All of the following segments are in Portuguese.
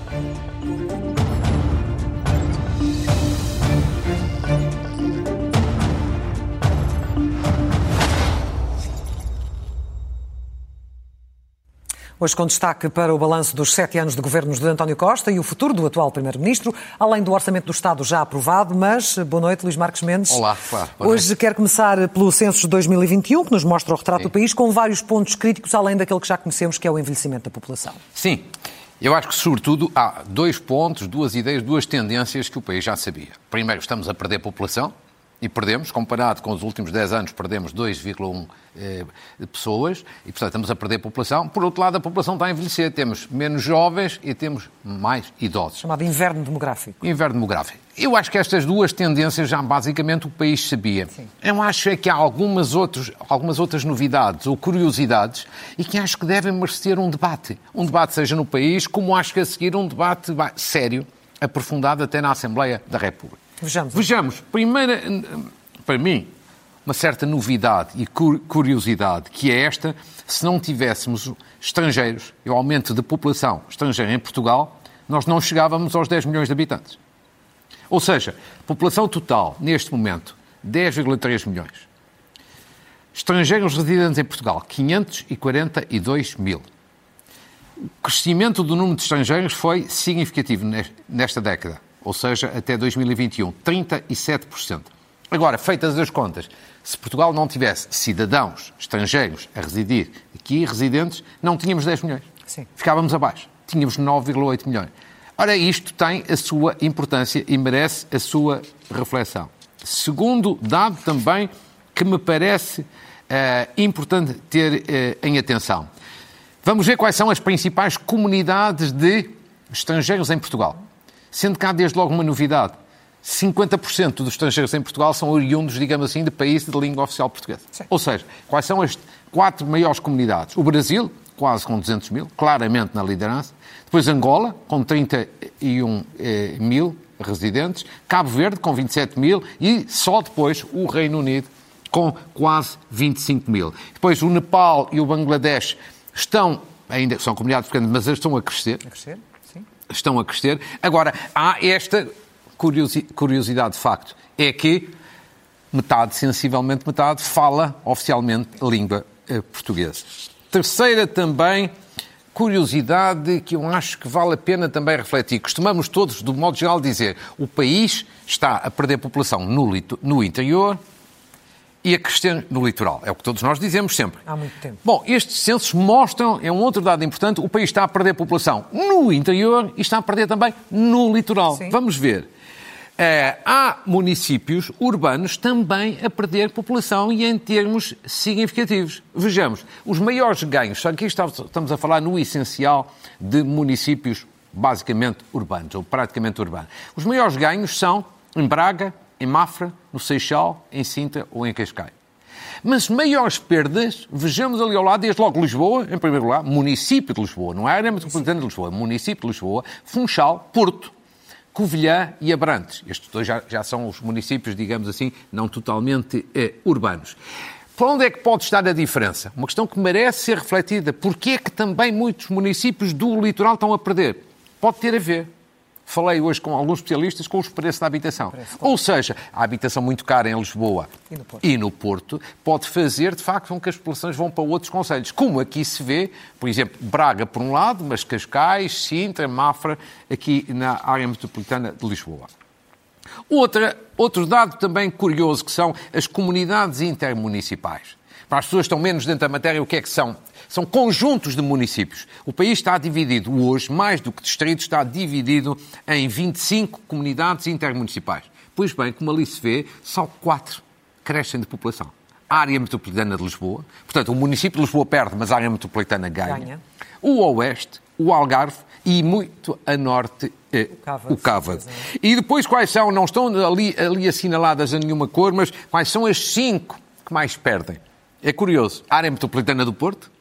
Hoje com destaque para o balanço dos 7 anos de governos de António Costa e o futuro do atual Primeiro-Ministro, além do Orçamento do Estado já aprovado, mas boa noite, Luís Marques Mendes. Olá, claro. Hoje quero começar pelo censo de 2021, que nos mostra o retrato do país, com vários pontos críticos, além daquele que já conhecemos, que é o envelhecimento da população. Sim, eu acho que, sobretudo, há 2 pontos, 2 ideias, 2 tendências que o país já sabia. Primeiro, estamos a perder população. E perdemos, comparado com os últimos 10 anos, perdemos 2,1 pessoas e, portanto, estamos a perder população. Por outro lado, a população está a envelhecer. Temos menos jovens e temos mais idosos. Chamado inverno demográfico. Inverno demográfico. Eu acho que estas 2 tendências já basicamente o país sabia. Sim. Eu acho que há algumas outras novidades ou curiosidades e que acho que devem merecer um debate. Um debate seja no país, como acho que a seguir um debate sério, aprofundado até na Assembleia da República. Vejamos. Primeiro, para mim, uma certa novidade e curiosidade, que é esta: se não tivéssemos estrangeiros e o aumento de população estrangeira em Portugal, nós não chegávamos aos 10 milhões de habitantes. Ou seja, população total, neste momento, 10,3 milhões. Estrangeiros residentes em Portugal, 542 mil. O crescimento do número de estrangeiros foi significativo nesta década. Ou seja, até 2021, 37%. Agora, feitas as contas, se Portugal não tivesse cidadãos estrangeiros a residir aqui, residentes, não tínhamos 10 milhões. Sim. Ficávamos abaixo. Tínhamos 9,8 milhões. Ora, isto tem a sua importância e merece a sua reflexão. Segundo dado também que me parece importante ter em atenção. Vamos ver quais são as principais comunidades de estrangeiros em Portugal. Sendo que há desde logo uma novidade: 50% dos estrangeiros em Portugal são oriundos, digamos assim, de países de língua oficial portuguesa. Sim. Ou seja, quais são as 4 maiores comunidades? O Brasil, quase com 200 mil, claramente na liderança. Depois Angola, com 31 mil residentes. Cabo Verde, com 27 mil. E só depois o Reino Unido, com quase 25 mil. Depois o Nepal e o Bangladesh ainda são comunidades pequenas, mas estão a crescer. Estão a crescer. Agora, há esta curiosidade de facto, é que sensivelmente metade, fala oficialmente a língua portuguesa. Terceira também curiosidade que eu acho que vale a pena também refletir. Costumamos todos, de modo geral, dizer o país está a perder população no interior e a crescer no litoral. É o que todos nós dizemos sempre. Há muito tempo. Bom, estes censos mostram, é um outro dado importante, o país está a perder população no interior e está a perder também no litoral. Sim. Vamos ver. Há municípios urbanos também a perder população e em termos significativos. Vejamos, os maiores ganhos, aqui estamos a falar no essencial de municípios basicamente urbanos, ou praticamente urbanos. Os maiores ganhos são em Braga, em Mafra, no Seixal, em Sintra ou em Cascais. Mas maiores perdas, vejamos ali ao lado, desde logo Lisboa, em primeiro lugar, município de Lisboa, não é a área metropolitana de Lisboa, município de Lisboa, Funchal, Porto, Covilhã e Abrantes. Estes 2 já são os municípios, digamos assim, não totalmente urbanos. Por onde é que pode estar a diferença? Uma questão que merece ser refletida. Porquê é que também muitos municípios do litoral estão a perder? Pode ter a ver. Falei hoje com alguns especialistas com os preços da habitação. Ou seja, a habitação muito cara em Lisboa e no Porto pode fazer, de facto, com que as populações vão para outros concelhos. Como aqui se vê, por exemplo, Braga por um lado, mas Cascais, Sintra, Mafra, aqui na área metropolitana de Lisboa. Outro dado também curioso, que são as comunidades intermunicipais. Para as pessoas que estão menos dentro da matéria, o que é que são? São conjuntos de municípios. O país está dividido hoje, mais do que distritos, está dividido em 25 comunidades intermunicipais. Pois bem, como ali se vê, só 4 crescem de população. A área metropolitana de Lisboa, portanto, o município de Lisboa perde, mas a área metropolitana ganha. O Oeste, o Algarve e muito a Norte, o Cávado. E depois quais são, não estão ali assinaladas a nenhuma cor, mas quais são as 5 que mais perdem? É curioso. A área metropolitana do Porto,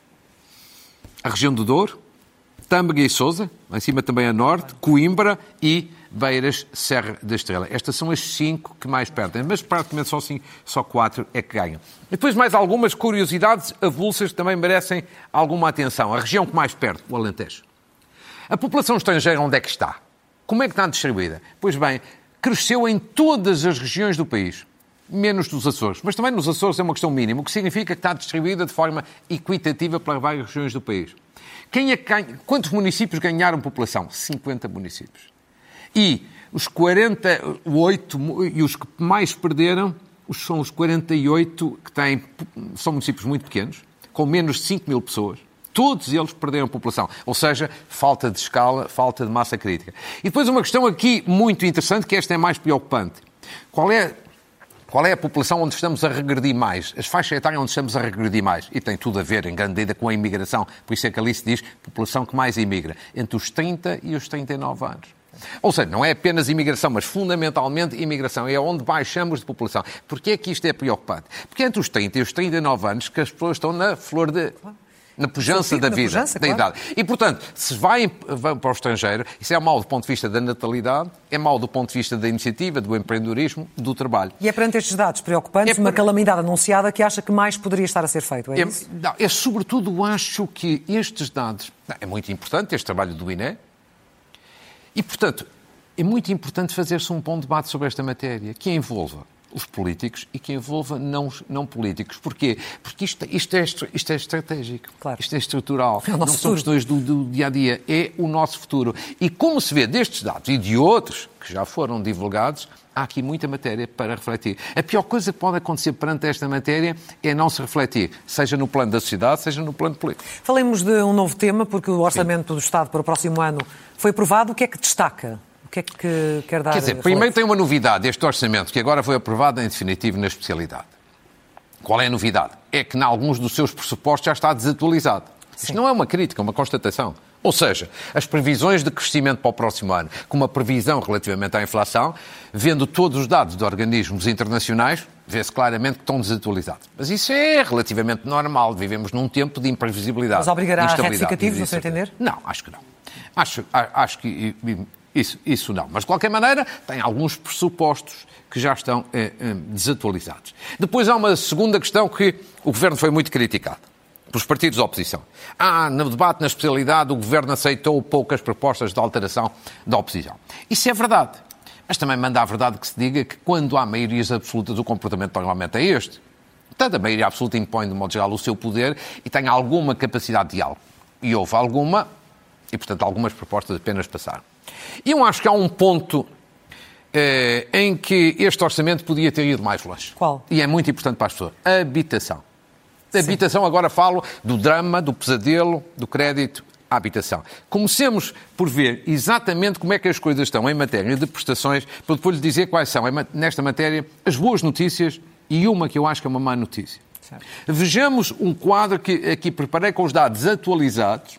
a região do Douro, Tâmega e Sousa, lá em cima também a Norte, Coimbra e Beiras, Serra da Estrela. Estas são as 5 que mais perdem, mas praticamente só 4 é que ganham. E depois mais algumas curiosidades avulsas que também merecem alguma atenção. A região que mais perde, o Alentejo. A população estrangeira onde é que está? Como é que está distribuída? Pois bem, cresceu em todas as regiões do país, menos dos Açores. Mas também nos Açores é uma questão mínima, o que significa que está distribuída de forma equitativa pelas várias regiões do país. Quantos municípios ganharam população? 50 municípios. E os 48, e os que mais perderam, são os 48 que são municípios muito pequenos, com menos de 5 mil pessoas. Todos eles perderam população. Ou seja, falta de escala, falta de massa crítica. E depois uma questão aqui muito interessante, que esta é mais preocupante. Qual é a população onde estamos a regredir mais? As faixas etárias onde estamos a regredir mais? E tem tudo a ver, em grande medida, com a imigração. Por isso é que ali se diz população que mais imigra. Entre os 30 e os 39 anos. Ou seja, não é apenas imigração, mas fundamentalmente imigração. É onde baixamos de população. Porquê é que isto é preocupante? Porque entre os 30 e os 39 anos que as pessoas estão na flor de... na pujança da vida, pujança, da idade. E, portanto, se vão para o estrangeiro, isso é mau do ponto de vista da natalidade, é mau do ponto de vista da iniciativa, do empreendedorismo, do trabalho. E é perante estes dados preocupantes, uma calamidade anunciada que acha que mais poderia estar a ser feito, é isso? Sobretudo, acho que estes dados... É muito importante este trabalho do INE e, portanto, é muito importante fazer-se um bom debate sobre esta matéria, que envolva os políticos e que envolva não políticos. Porquê? Porque isto é estratégico, claro. Isto é estrutural, não são questões do dia-a-dia, é o nosso futuro. E como se vê destes dados e de outros que já foram divulgados, há aqui muita matéria para refletir. A pior coisa que pode acontecer perante esta matéria é não se refletir, seja no plano da sociedade, seja no plano político. Falemos de um novo tema, porque o Orçamento do Estado para o próximo ano foi aprovado. O que é que destaca? O que é que quer dar? Quer dizer, primeiro tem uma novidade, este orçamento, que agora foi aprovado em definitivo na especialidade. Qual é a novidade? É que, em alguns dos seus pressupostos, já está desatualizado. Sim. Isto não é uma crítica, é uma constatação. Ou seja, as previsões de crescimento para o próximo ano, com uma previsão relativamente à inflação, vendo todos os dados de organismos internacionais, vê-se claramente que estão desatualizados. Mas isso é relativamente normal. Vivemos num tempo de imprevisibilidade. Mas obrigará a retificativos, não sei entender? Não, acho que não. Acho que... Isso não. Mas, de qualquer maneira, tem alguns pressupostos que já estão desatualizados. Depois há uma segunda questão que o Governo foi muito criticado pelos partidos da oposição. No debate na especialidade, o Governo aceitou poucas propostas de alteração da oposição. Isso é verdade. Mas também manda a verdade que se diga que, quando há maiorias absolutas, o comportamento do Parlamento é este. Portanto, a maioria absoluta impõe, de modo geral, o seu poder e tem alguma capacidade de diálogo. E houve alguma, e, portanto, algumas propostas apenas passaram. E eu acho que há um ponto em que este orçamento podia ter ido mais longe. Qual? E é muito importante para as pessoas. A habitação. A habitação, agora falo do drama, do pesadelo, do crédito à habitação. Comecemos por ver exatamente como é que as coisas estão em matéria de prestações, para depois lhe dizer quais são, nesta matéria, as boas notícias e uma que eu acho que é uma má notícia. Certo. Vejamos um quadro que aqui preparei com os dados atualizados.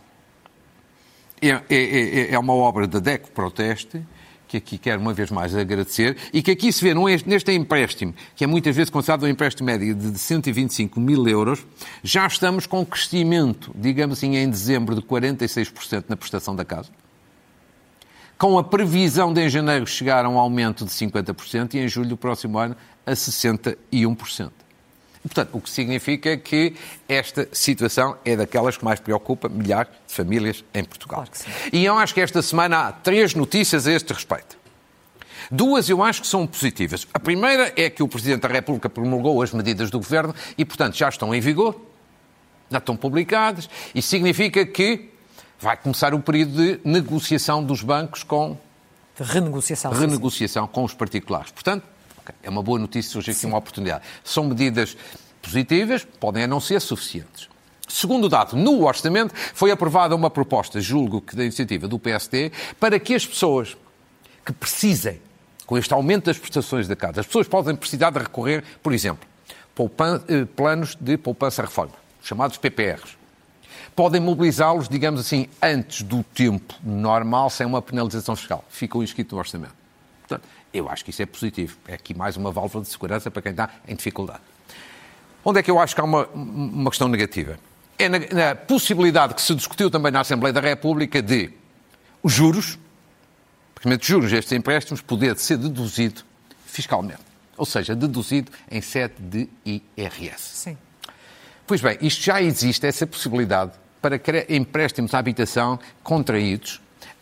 É uma obra da DECO Proteste, que aqui quero uma vez mais agradecer, e que aqui se vê neste empréstimo, que é muitas vezes considerado um empréstimo médio de 125 mil euros, já estamos com crescimento, digamos assim, em dezembro de 46% na prestação da casa. Com a previsão de em janeiro chegar a um aumento de 50% e em julho do próximo ano a 61%. Portanto, o que significa que esta situação é daquelas que mais preocupa milhares de famílias em Portugal. Claro que sim. E eu acho que esta semana há 3 notícias a este respeito. 2 eu acho que são positivas. A primeira é que o Presidente da República promulgou as medidas do Governo e, portanto, já estão em vigor, já estão publicadas, e significa que vai começar o período de negociação dos bancos com... Renegociação com os particulares. Portanto, é uma boa notícia, surge aqui uma oportunidade. São medidas positivas, podem não ser suficientes. Segundo dado, no orçamento foi aprovada uma proposta, julgo que da iniciativa do PSD, para que as pessoas que precisem, com este aumento das prestações da casa, as pessoas podem precisar de recorrer, por exemplo, planos de poupança-reforma, chamados PPRs. Podem mobilizá-los, digamos assim, antes do tempo normal, sem uma penalização fiscal. Ficam inscritos no orçamento. Portanto, eu acho que isso é positivo. É aqui mais uma válvula de segurança para quem está em dificuldade. Onde é que eu acho que há uma questão negativa? É na possibilidade que se discutiu também na Assembleia da República de os juros, porque juros destes empréstimos, poder ser deduzido fiscalmente. Ou seja, deduzido em sede de IRS. Sim. Pois bem, isto já existe, essa possibilidade, para empréstimos à habitação contraídos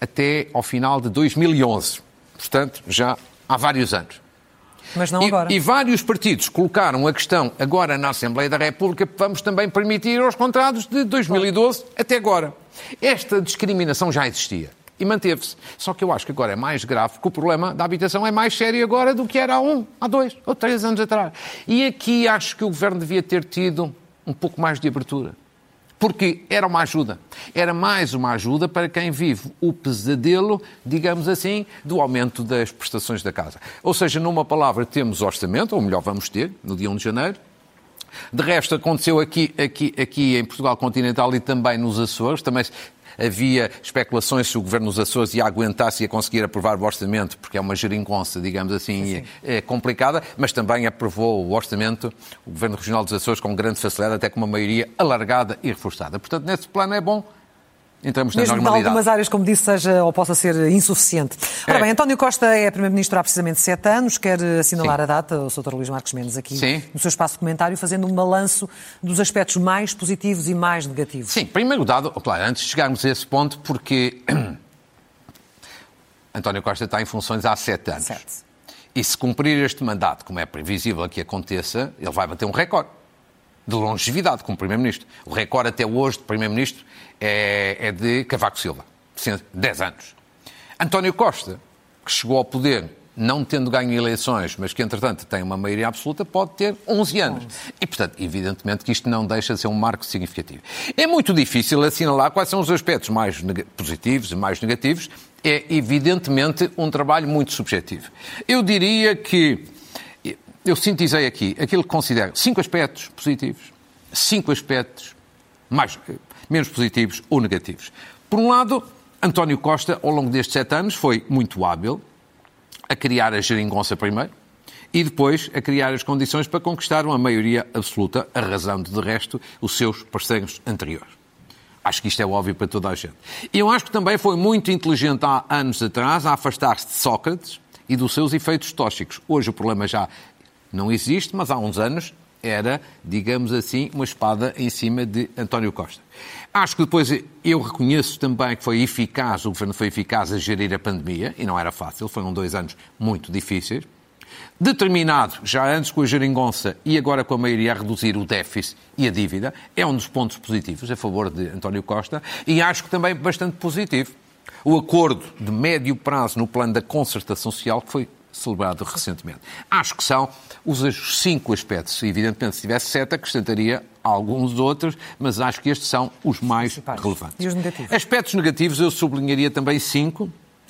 até ao final de 2011. Portanto, já há vários anos. Mas não agora. E vários partidos colocaram a questão agora na Assembleia da República, vamos também permitir aos contratos de 2012 até agora. Esta discriminação já existia e manteve-se. Só que eu acho que agora é mais grave, porque o problema da habitação é mais sério agora do que era há 2 ou 3 anos atrás. E aqui acho que o Governo devia ter tido um pouco mais de abertura. Porque era uma ajuda. Era mais uma ajuda para quem vive o pesadelo, digamos assim, do aumento das prestações da casa. Ou seja, numa palavra, temos orçamento, ou melhor, vamos ter, no dia 1 de janeiro. De resto, aconteceu aqui em Portugal continental e também nos Açores. Também havia especulações se o Governo dos Açores ia aguentar, se ia conseguir aprovar o orçamento, porque é uma geringonça, digamos assim, complicada, mas também aprovou o orçamento, o Governo Regional dos Açores, com grande facilidade, até com uma maioria alargada e reforçada. Portanto, nesse plano é bom. Entramos na normalidade. Mesmo em algumas áreas, como disse, seja ou possa ser insuficiente. Ora bem, António Costa é Primeiro-Ministro há precisamente 7 anos, quer assinalar a data, o Sr. Luís Marques Mendes aqui no seu espaço de comentário, fazendo um balanço dos aspectos mais positivos e mais negativos. Sim, primeiro dado, claro, antes de chegarmos a esse ponto, porque António Costa está em funções há 7 anos. E se cumprir este mandato, como é previsível que aconteça, ele vai bater um recorde de longevidade como Primeiro-Ministro. O recorde até hoje de Primeiro-Ministro é de Cavaco Silva, 10 anos. António Costa, que chegou ao poder não tendo ganho eleições, mas que, entretanto, tem uma maioria absoluta, pode ter 11 anos. E, portanto, evidentemente que isto não deixa de ser um marco significativo. É muito difícil assinalar quais são os aspectos mais positivos e mais negativos. É, evidentemente, um trabalho muito subjetivo. Eu diria que eu sintetizei aqui aquilo que considero 5 aspectos positivos, 5 aspectos menos positivos ou negativos. Por um lado, António Costa, ao longo destes 7 anos, foi muito hábil a criar a geringonça primeiro e depois a criar as condições para conquistar uma maioria absoluta, arrasando de resto os seus parceiros anteriores. Acho que isto é óbvio para toda a gente. E eu acho que também foi muito inteligente há anos atrás a afastar-se de Sócrates e dos seus efeitos tóxicos. Hoje o problema já não existe, mas há uns anos era, digamos assim, uma espada em cima de António Costa. Acho que depois eu reconheço também que foi eficaz, o Governo foi eficaz a gerir a pandemia, e não era fácil, foram 2 anos muito difíceis. Determinado, já antes com a geringonça e agora com a maioria a reduzir o déficit e a dívida, é um dos pontos positivos a favor de António Costa, e acho que também bastante positivo o acordo de médio prazo no plano da concertação social que foi celebrado recentemente. Acho que são os 5 aspectos. Evidentemente, se tivesse 7, acrescentaria alguns outros, mas acho que estes são os mais relevantes. E os negativos? Aspectos negativos, eu sublinharia também 5.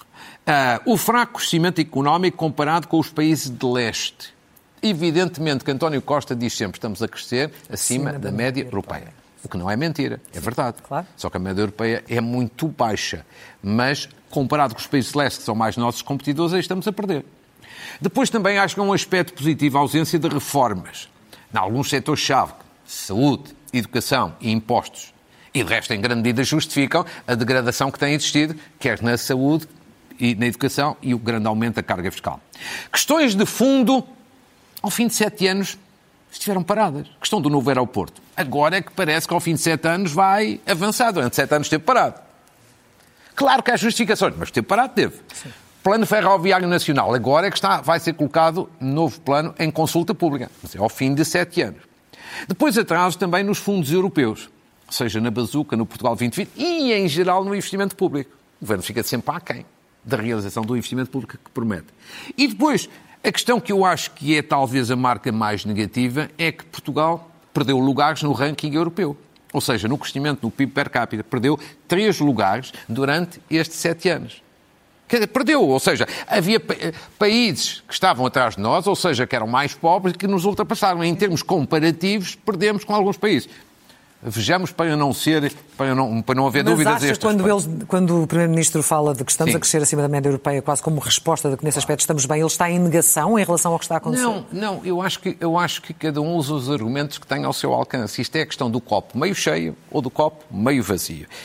O fraco crescimento económico comparado com os países de leste. Evidentemente que António Costa diz sempre que estamos a crescer acima da média europeia. O que não é mentira, é verdade. Claro. Só que a média europeia é muito baixa. Mas, comparado com os países de leste, que são mais nossos competidores, aí estamos a perder. Depois também acho que é um aspecto positivo a ausência de reformas. Em alguns setores-chave, saúde, educação e impostos. E de resto, em grande medida, justificam a degradação que tem existido, quer na saúde e na educação, e o grande aumento da carga fiscal. Questões de fundo, ao fim de 7 anos, estiveram paradas. A questão do novo aeroporto. Agora é que parece que ao fim de 7 anos vai avançar. Durante 7 anos esteve parado. Claro que há justificações, mas esteve parado, teve. Sim. Plano Ferroviário Nacional, agora é que vai ser colocado novo plano em consulta pública, mas é ao fim de 7 anos. Depois atrasos também nos fundos europeus, seja na Bazuca, no Portugal 2020 e, em geral, no investimento público. O Governo fica sempre aquém da realização do investimento público que promete. E depois, a questão que eu acho que é talvez a marca mais negativa é que Portugal perdeu lugares no ranking europeu. Ou seja, no crescimento no PIB per capita, perdeu 3 lugares durante estes 7 anos. Perdeu, ou seja, havia países que estavam atrás de nós, ou seja, que eram mais pobres, que nos ultrapassaram. Em termos comparativos, perdemos com alguns países. Vejamos para não haver dúvidas a este respeito. Quando o Primeiro-Ministro fala de que estamos a crescer acima da média europeia, quase como resposta de que nesse aspecto estamos bem, ele está em negação em relação ao que está a acontecer? Não, eu acho que cada um usa os argumentos que tem ao seu alcance. Isto é a questão do copo meio cheio ou do copo meio vazio.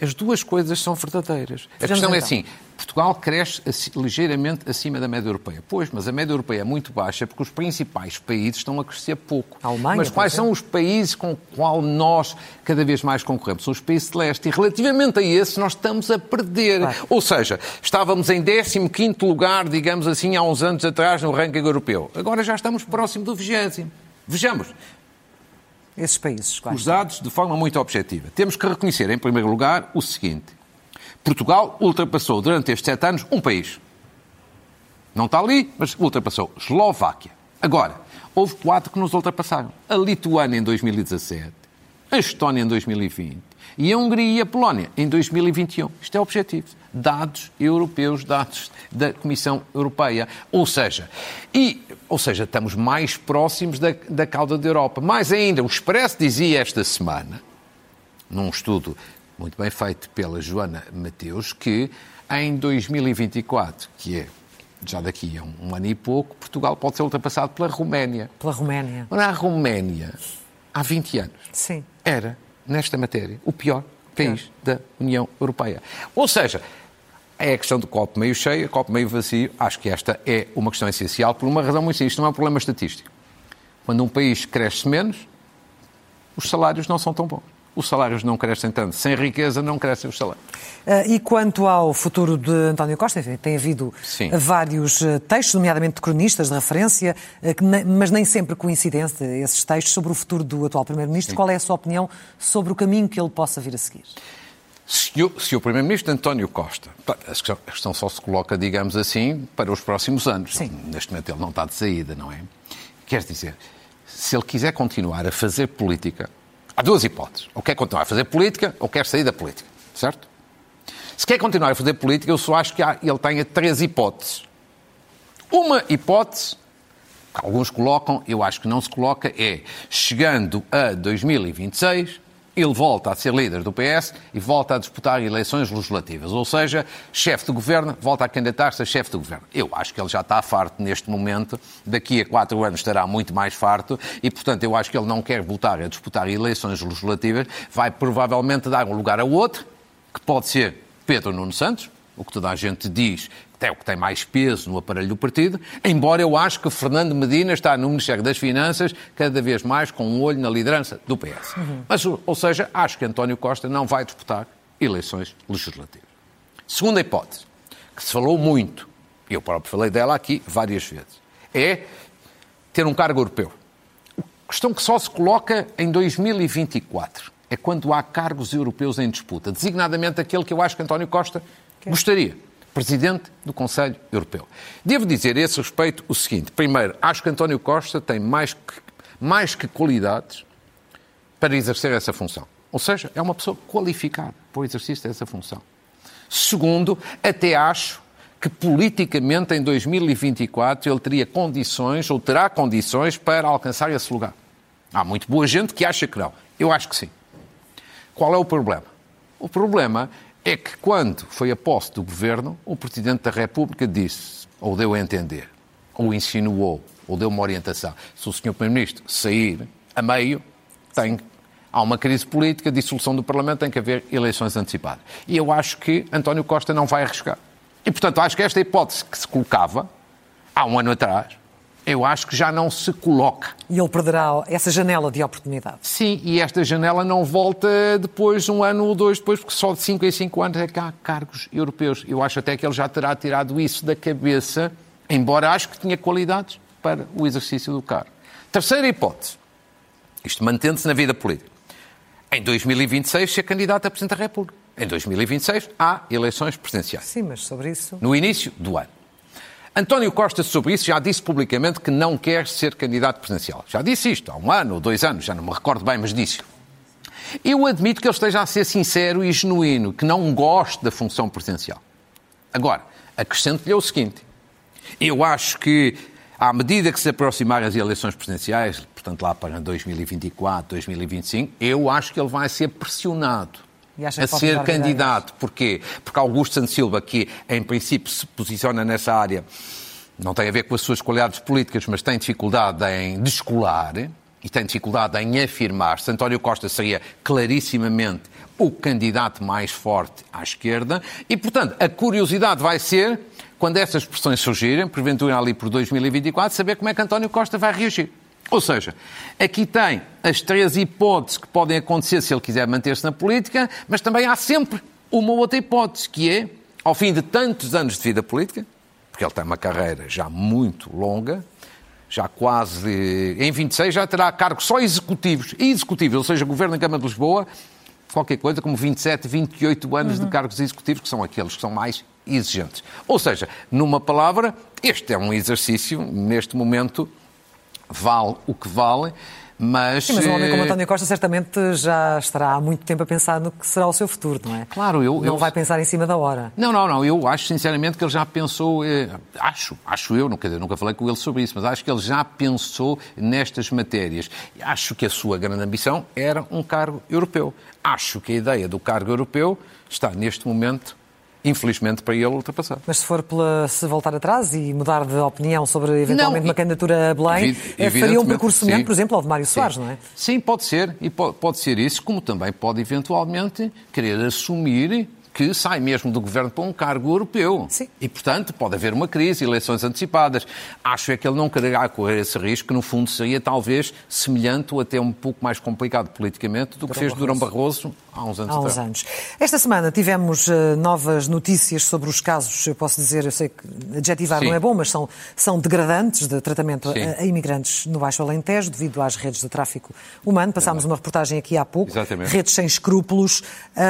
As duas coisas são verdadeiras. A questão é assim, Portugal cresce ligeiramente acima da média europeia. Pois, mas a média europeia é muito baixa porque os principais países estão a crescer pouco. A Alemanha, mas quais são os países com os quais nós cada vez mais concorremos? São os países de leste. E relativamente a esses nós estamos a perder. Claro. Ou seja, estávamos em 15º lugar, digamos assim, há uns anos atrás no ranking europeu. Agora já estamos próximo do 20º. Vejamos. Esses países, quais? Os dados de forma muito objetiva. Temos que reconhecer, em primeiro lugar, o seguinte. Portugal ultrapassou durante estes 7 anos um país. Não está ali, mas ultrapassou. Eslováquia. Agora, houve 4 que nos ultrapassaram. A Lituânia em 2017, a Estónia em 2020 e a Hungria e a Polónia em 2021. Isto é objetivo. Dados europeus, dados da Comissão Europeia. Ou seja, estamos mais próximos da cauda da Europa. Mais ainda, o Expresso dizia esta semana, num estudo muito bem feito pela Joana Mateus, que em 2024, que é já daqui a um ano e pouco, Portugal pode ser ultrapassado pela Roménia. Pela Roménia. Ora, a Roménia, há 20 anos, sim, era, nesta matéria, o pior país da União Europeia. Ou seja, é a questão do copo meio cheio, copo meio vazio. Acho que esta é uma questão essencial por uma razão muito simples. Isto não é um problema estatístico. Quando um país cresce menos, os salários não são tão bons. Os salários não crescem tanto. Sem riqueza não crescem os salários. E quanto ao futuro de António Costa, enfim, tem havido vários textos, nomeadamente de cronistas de referência, mas nem sempre coincidentes esses textos sobre o futuro do atual Primeiro-Ministro. Qual é a sua opinião sobre o caminho que ele possa vir a seguir? Se o Primeiro-Ministro António Costa, a questão só se coloca, digamos assim, para os próximos anos. Sim. Neste momento ele não está de saída, não é? Quer dizer, se ele quiser continuar a fazer política, há duas hipóteses. Ou quer continuar a fazer política, ou quer sair da política, certo? Se quer continuar a fazer política, eu só acho que ele tenha 3 hipóteses. Uma hipótese, que alguns colocam, eu acho que não se coloca, é, chegando a 2026... ele volta a ser líder do PS e volta a disputar eleições legislativas. Ou seja, chefe de governo, volta a candidatar-se a chefe de governo. Eu acho que ele já está farto neste momento. Daqui a 4 anos estará muito mais farto e, portanto, eu acho que ele não quer voltar a disputar eleições legislativas. Vai provavelmente dar um lugar a outro, que pode ser Pedro Nuno Santos, o que toda a gente diz é o que tem mais peso no aparelho do partido, embora eu acho que Fernando Medina está no Ministério das Finanças cada vez mais com um olho na liderança do PS. Mas, ou seja, acho que António Costa não vai disputar eleições legislativas. Segunda hipótese, que se falou muito, eu próprio falei dela aqui várias vezes, é ter um cargo europeu. A questão que só se coloca em 2024 é quando há cargos europeus em disputa, designadamente aquele que eu acho que António Costa gostaria. Presidente do Conselho Europeu. Devo dizer a esse respeito o seguinte. Primeiro, acho que António Costa tem mais que qualidades para exercer essa função. Ou seja, é uma pessoa qualificada para o exercício dessa função. Segundo, até acho que politicamente em 2024 ele teria condições, ou terá condições, para alcançar esse lugar. Há muito boa gente que acha que não. Eu acho que sim. Qual é o problema? O problema é que quando foi a posse do governo, o Presidente da República disse, ou deu a entender, ou insinuou, ou deu uma orientação. Se o Sr. Primeiro-Ministro sair a meio, há uma crise política, dissolução do Parlamento, tem que haver eleições antecipadas. E eu acho que António Costa não vai arriscar. E, portanto, acho que esta hipótese que se colocava há um ano atrás, eu acho que já não se coloca. E ele perderá essa janela de oportunidade. Sim, e esta janela não volta depois, 1 ano ou 2 depois, porque só de 5 em 5 anos é que há cargos europeus. Eu acho até que ele já terá tirado isso da cabeça, embora acho que tinha qualidades para o exercício do cargo. Terceira hipótese, isto mantendo-se na vida política. Em 2026 ser candidato a Presidente da República. Em 2026 há eleições presidenciais. Sim, mas sobre isso... No início do ano. António Costa, sobre isso, já disse publicamente que não quer ser candidato presidencial. Já disse isto há 1 ano ou 2 anos, já não me recordo bem, mas disse. Eu admito que ele esteja a ser sincero e genuíno, que não goste da função presidencial. Agora, acrescento-lhe o seguinte. Eu acho que, à medida que se aproximarem as eleições presidenciais, portanto lá para 2024, 2025, eu acho que ele vai ser pressionado a ser candidato. Porquê? Porque Augusto Santos Silva, que em princípio se posiciona nessa área, não tem a ver com as suas qualidades políticas, mas tem dificuldade em descolar e tem dificuldade em afirmar-se. António Costa seria clarissimamente o candidato mais forte à esquerda e, portanto, a curiosidade vai ser, quando essas pressões surgirem, porventura ali por 2024, saber como é que António Costa vai reagir. Ou seja, aqui tem as 3 hipóteses que podem acontecer se ele quiser manter-se na política, mas também há sempre uma outra hipótese, que é, ao fim de tantos anos de vida política, porque ele tem uma carreira já muito longa, já quase, em 26 já terá cargos só executivos, ou seja, Governo da Câmara de Lisboa, qualquer coisa como 27, 28 anos de cargos executivos, que são aqueles que são mais exigentes. Ou seja, numa palavra, este é um exercício, neste momento, vale o que vale, mas... Sim, mas um homem como António Costa certamente já estará há muito tempo a pensar no que será o seu futuro, não é? Claro, Não vai pensar em cima da hora. Não, eu acho sinceramente que ele já pensou, acho eu, nunca falei com ele sobre isso, mas acho que ele já pensou nestas matérias. Acho que a sua grande ambição era um cargo europeu. Acho que a ideia do cargo europeu está neste momento, infelizmente para ele, ultrapassado. Mas se voltar atrás e mudar de opinião sobre eventualmente uma candidatura a Belém, faria um percurso semelhante, por exemplo, ao de Mário Soares, não é? Sim, pode ser, e pode ser isso, como também pode eventualmente querer assumir que sai mesmo do governo para um cargo europeu. Sim. E, portanto, pode haver uma crise, eleições antecipadas. Acho é que ele não quererá correr esse risco, que no fundo seria talvez semelhante ou até um pouco mais complicado politicamente do que fez Durão Barroso há uns anos. Esta semana tivemos novas notícias sobre os casos, eu posso dizer, eu sei que adjetivar não é bom, mas são degradantes de tratamento a imigrantes no Baixo Alentejo, devido às redes de tráfico humano. Passámos uma reportagem aqui há pouco, redes sem escrúpulos.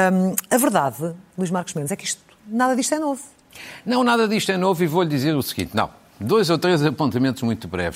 A verdade, Luís Marcos Mendes, é que nada disto é novo. Não, nada disto é novo, e vou-lhe dizer o seguinte, 2 ou 3 apontamentos muito breves.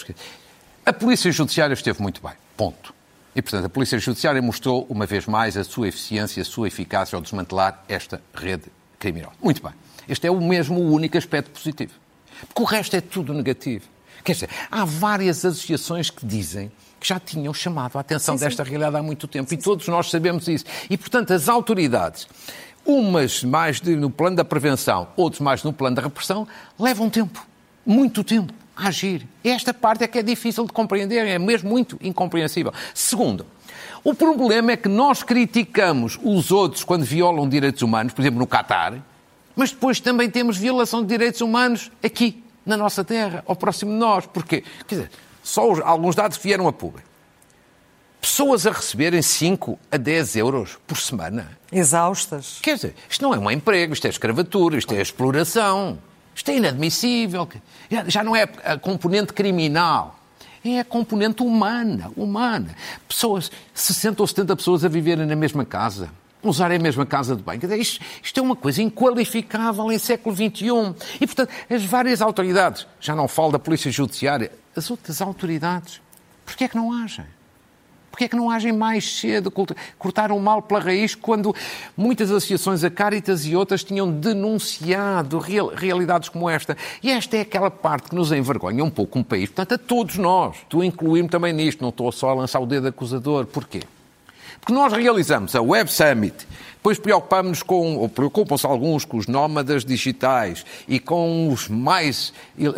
A Polícia Judiciária esteve muito bem, ponto. E, portanto, a Polícia Judiciária mostrou, uma vez mais, a sua eficiência, a sua eficácia ao desmantelar esta rede criminosa. Muito bem. Este é o único aspecto positivo. Porque o resto é tudo negativo. Quer dizer, há várias associações que dizem que já tinham chamado a atenção desta realidade há muito tempo. E todos nós sabemos isso. E, portanto, as autoridades, umas mais no plano da prevenção, outros mais no plano da repressão, levam tempo. Muito tempo. A agir. Esta parte é que é difícil de compreender, é mesmo muito incompreensível. Segundo, o problema é que nós criticamos os outros quando violam direitos humanos, por exemplo, no Qatar, mas depois também temos violação de direitos humanos aqui, na nossa terra, ao próximo de nós. Porquê? Quer dizer, só alguns dados que vieram a público. Pessoas a receberem 5 a 10 euros por semana. Exaustas. Quer dizer, isto não é um emprego, isto é escravatura, isto é exploração. Isto é inadmissível. Já não é a componente criminal, é a componente humana. Pessoas, 60 ou 70 pessoas a viverem na mesma casa, usarem a mesma casa de banho. Isto é uma coisa inqualificável em século XXI. E, portanto, as várias autoridades, já não falo da Polícia Judiciária, as outras autoridades, porquê é que não agem? Porquê é que não agem mais cedo, cortaram o mal pela raiz, quando muitas associações, a Caritas e outras, tinham denunciado realidades como esta? E esta é aquela parte que nos envergonha um pouco como país. Portanto, a todos nós. Estou a incluir-me também nisto, não estou só a lançar o dedo acusador. Porquê? Porque nós realizamos a Web Summit, depois preocupam-se alguns com os nómadas digitais e com os mais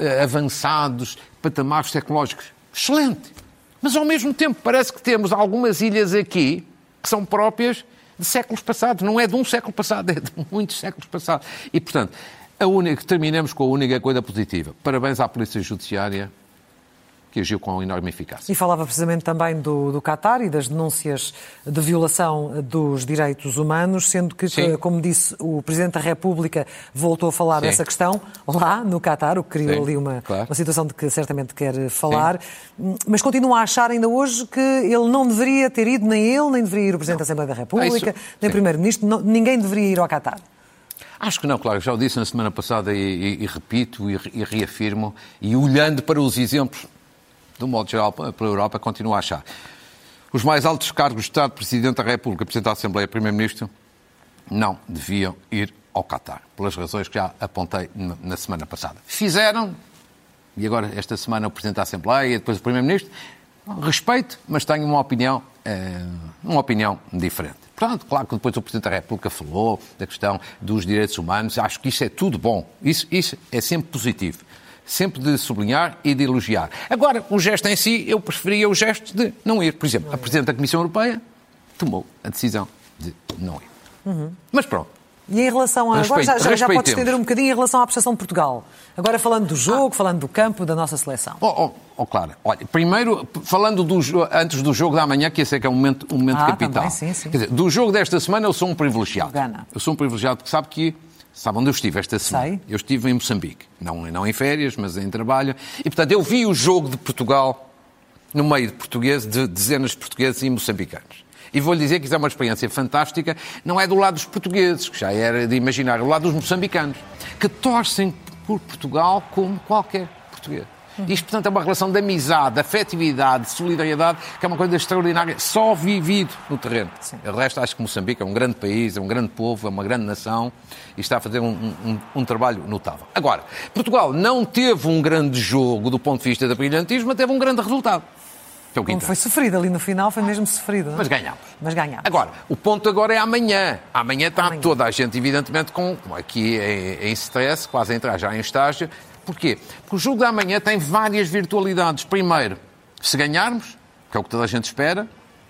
avançados patamares tecnológicos. Excelente! Mas, ao mesmo tempo, parece que temos algumas ilhas aqui que são próprias de séculos passados. Não é de um século passado, é de muitos séculos passados. E, portanto, terminamos com a única coisa positiva. Parabéns à Polícia Judiciária, que agiu com enorme eficácia. E falava precisamente também do Qatar e das denúncias de violação dos direitos humanos, sendo que, como disse, o Presidente da República voltou a falar dessa questão lá no Qatar, o que criou ali uma situação de que certamente quer falar, mas continua a achar ainda hoje que ele não deveria ter ido, nem ele, nem deveria ir o Presidente da Assembleia da República, nem o Primeiro-Ministro, ninguém deveria ir ao Qatar. Acho que não, claro, já o disse na semana passada e repito e reafirmo, e olhando para os exemplos, de um modo geral, pela Europa, continuo a achar. Os mais altos cargos de Estado, Presidente da República, Presidente da Assembleia e Primeiro-Ministro, não deviam ir ao Qatar, pelas razões que já apontei na semana passada. Fizeram, e agora esta semana o Presidente da Assembleia e depois o Primeiro-Ministro, respeito, mas tenho uma opinião diferente. Portanto, claro que depois o Presidente da República falou da questão dos direitos humanos, acho que isso é tudo bom, isso é sempre positivo. Sempre de sublinhar e de elogiar. Agora, o gesto em si, eu preferia o gesto de não ir. Por exemplo, a Presidente da Comissão Europeia tomou a decisão de não ir. Mas pronto. E em relação a... Agora já pode estender um bocadinho em relação à prestação de Portugal. Agora falando do jogo, falando do campo, da nossa seleção. Claro. Olha, primeiro, falando antes do jogo da manhã, que esse é que é um momento capital. Também, sim. Quer dizer, do jogo desta semana eu sou um privilegiado. Gana. Eu sou um privilegiado porque sabe onde eu estive esta semana? Sei. Eu estive em Moçambique. Não em férias, mas em trabalho. E, portanto, eu vi o jogo de Portugal no meio de portugueses, de dezenas de portugueses e moçambicanos. E vou-lhe dizer que isso é uma experiência fantástica, não é do lado dos portugueses, que já era de imaginar, é do lado dos moçambicanos, que torcem por Portugal como qualquer português. Isto, portanto, é uma relação de amizade, de afetividade, de solidariedade, que é uma coisa extraordinária, só vivido no terreno. Sim. O resto, acho que Moçambique é um grande país, é um grande povo, é uma grande nação e está a fazer um trabalho notável. Agora, Portugal não teve um grande jogo do ponto de vista da brilhantismo, mas teve um grande resultado. Como foi sofrido ali no final, foi mesmo sofrido. Não? Mas ganhámos. Agora, o ponto agora é amanhã. Amanhã está toda a gente, evidentemente, aqui em stress, quase a entrar já em estágio. Porquê? Porque o jogo da amanhã tem várias virtualidades. Primeiro, se ganharmos, que é o que toda a gente espera,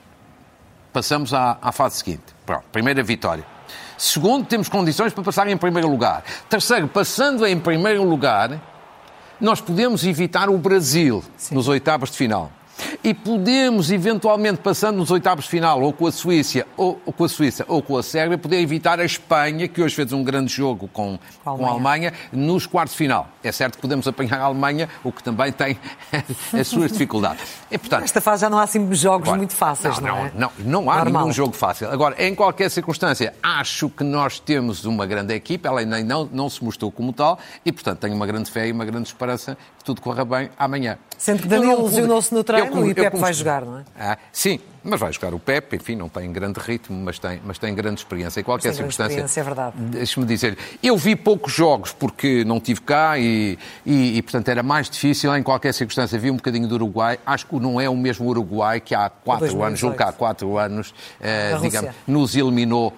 passamos à fase seguinte. Pronto, primeira vitória. Segundo, temos condições para passar em primeiro lugar. Terceiro, passando em primeiro lugar, nós podemos evitar o Brasil nos oitavos de final. E podemos, eventualmente, passando nos oitavos de final, ou com a Suíça, ou com a Sérvia, poder evitar a Espanha, que hoje fez um grande jogo com a Alemanha, nos quartos de final. É certo que podemos apanhar a Alemanha, o que também tem as suas dificuldades. E, portanto, nesta fase já não há assim jogos muito fáceis, não é? Não há nenhum jogo fácil. Agora, em qualquer circunstância, acho que nós temos uma grande equipa, ela ainda não se mostrou como tal, e, portanto, tenho uma grande fé e uma grande esperança que tudo corra bem amanhã. Sendo que Danilo ilusionou-se no treino e Pepe vai jogar, não é? Sim, mas vai jogar o Pepe, enfim, não tem grande ritmo, mas tem grande experiência. Em qualquer circunstância, é verdade. Deixe-me dizer, eu vi poucos jogos porque não estive cá e, portanto, era mais difícil. Em qualquer circunstância, vi um bocadinho do Uruguai. Acho que não é o mesmo Uruguai que há 4 anos, julgo que há 4 anos, digamos, nos eliminou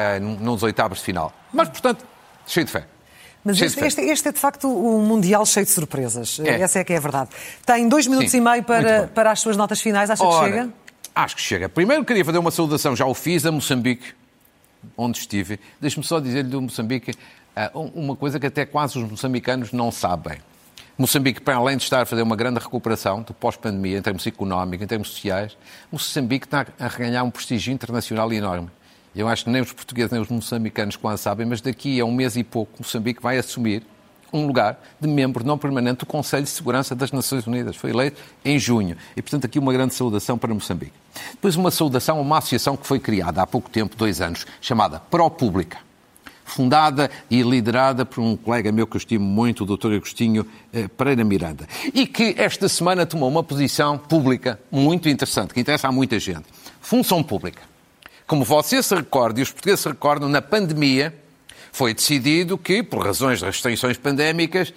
nos oitavos de final. Mas, portanto, cheio de fé. Mas este é, de facto, um Mundial cheio de surpresas. Essa é que é a verdade. Tem 2 minutos e meio para as suas notas finais. Acha que chega? Acho que chega. Primeiro queria fazer uma saudação, já o fiz, a Moçambique, onde estive. Deixe-me só dizer-lhe do Moçambique uma coisa que até quase os moçambicanos não sabem. Moçambique, para além de estar a fazer uma grande recuperação do pós-pandemia, em termos económicos, em termos sociais, Moçambique está a ganhar um prestígio internacional enorme. Eu acho que nem os portugueses nem os moçambicanos quase sabem, mas daqui a um mês e pouco Moçambique vai assumir um lugar de membro não permanente do Conselho de Segurança das Nações Unidas. Foi eleito em junho. E, portanto, aqui uma grande saudação para Moçambique. Depois uma saudação a uma associação que foi criada há pouco tempo, 2 anos, chamada Pró-Pública. Fundada e liderada por um colega meu que eu estimo muito, o Dr. Agostinho Pereira Miranda. E que esta semana tomou uma posição pública muito interessante, que interessa a muita gente. Função pública. Como você se recorda, e os portugueses se recordam, na pandemia foi decidido que, por razões de restrições pandémicas,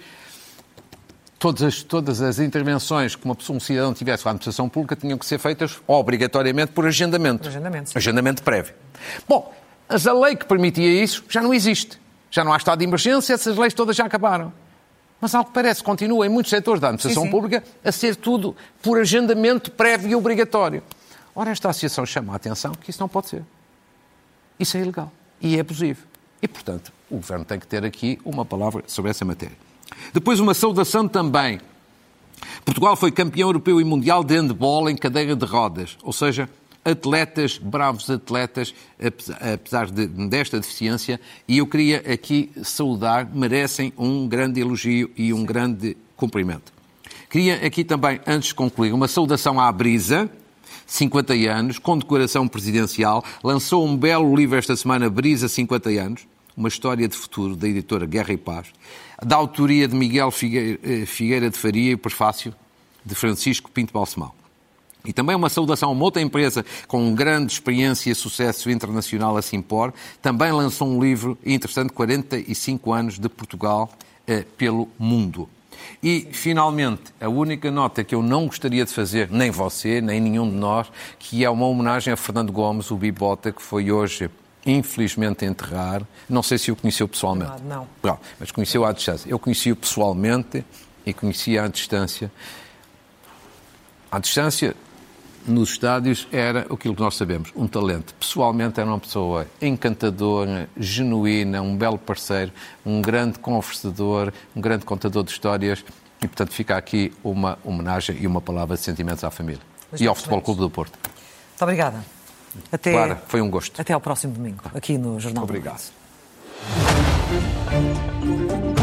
todas as intervenções que um cidadão tivesse com a administração pública tinham que ser feitas obrigatoriamente por agendamento. Agendamento prévio. Bom, mas a lei que permitia isso já não existe. Já não há estado de emergência, essas leis todas já acabaram. Mas, ao que parece, continua em muitos setores da administração pública a ser tudo por agendamento prévio e obrigatório. Ora, esta associação chama a atenção que isso não pode ser. Isso é ilegal. E é abusivo. E, portanto, o Governo tem que ter aqui uma palavra sobre essa matéria. Depois, uma saudação também. Portugal foi campeão europeu e mundial de handball em cadeira de rodas. Ou seja, atletas, bravos atletas, apesar desta deficiência. E eu queria aqui saudar, merecem um grande elogio e um grande cumprimento. Queria aqui também, antes de concluir, uma saudação à Brisa, 50 anos, com decoração presidencial, lançou um belo livro esta semana, Brisa 50 anos, uma história de futuro, da editora Guerra e Paz, da autoria de Miguel Figueira de Faria e o prefácio de Francisco Pinto Balsemão. E também uma saudação a uma outra empresa com grande experiência e sucesso internacional, a Simpor, também lançou um livro interessante, 45 anos de Portugal pelo mundo. E, finalmente, a única nota que eu não gostaria de fazer, nem você, nem nenhum de nós, que é uma homenagem a Fernando Gomes, o Bibota, que foi hoje, infelizmente, enterrar. Não sei se o conheceu pessoalmente. Não. Não, mas conheceu à distância. Eu conheci-o pessoalmente e conhecia à distância. À distância, nos estádios era aquilo que nós sabemos, um talento. Pessoalmente era uma pessoa encantadora, genuína, um belo parceiro, um grande conversador, um grande contador de histórias e, portanto, fica aqui uma homenagem e uma palavra de sentimentos à família. E ao Futebol Clube do Porto. Muito obrigada. Clara, foi um gosto. Até ao próximo domingo, aqui no Jornal. Obrigado. do Mundo.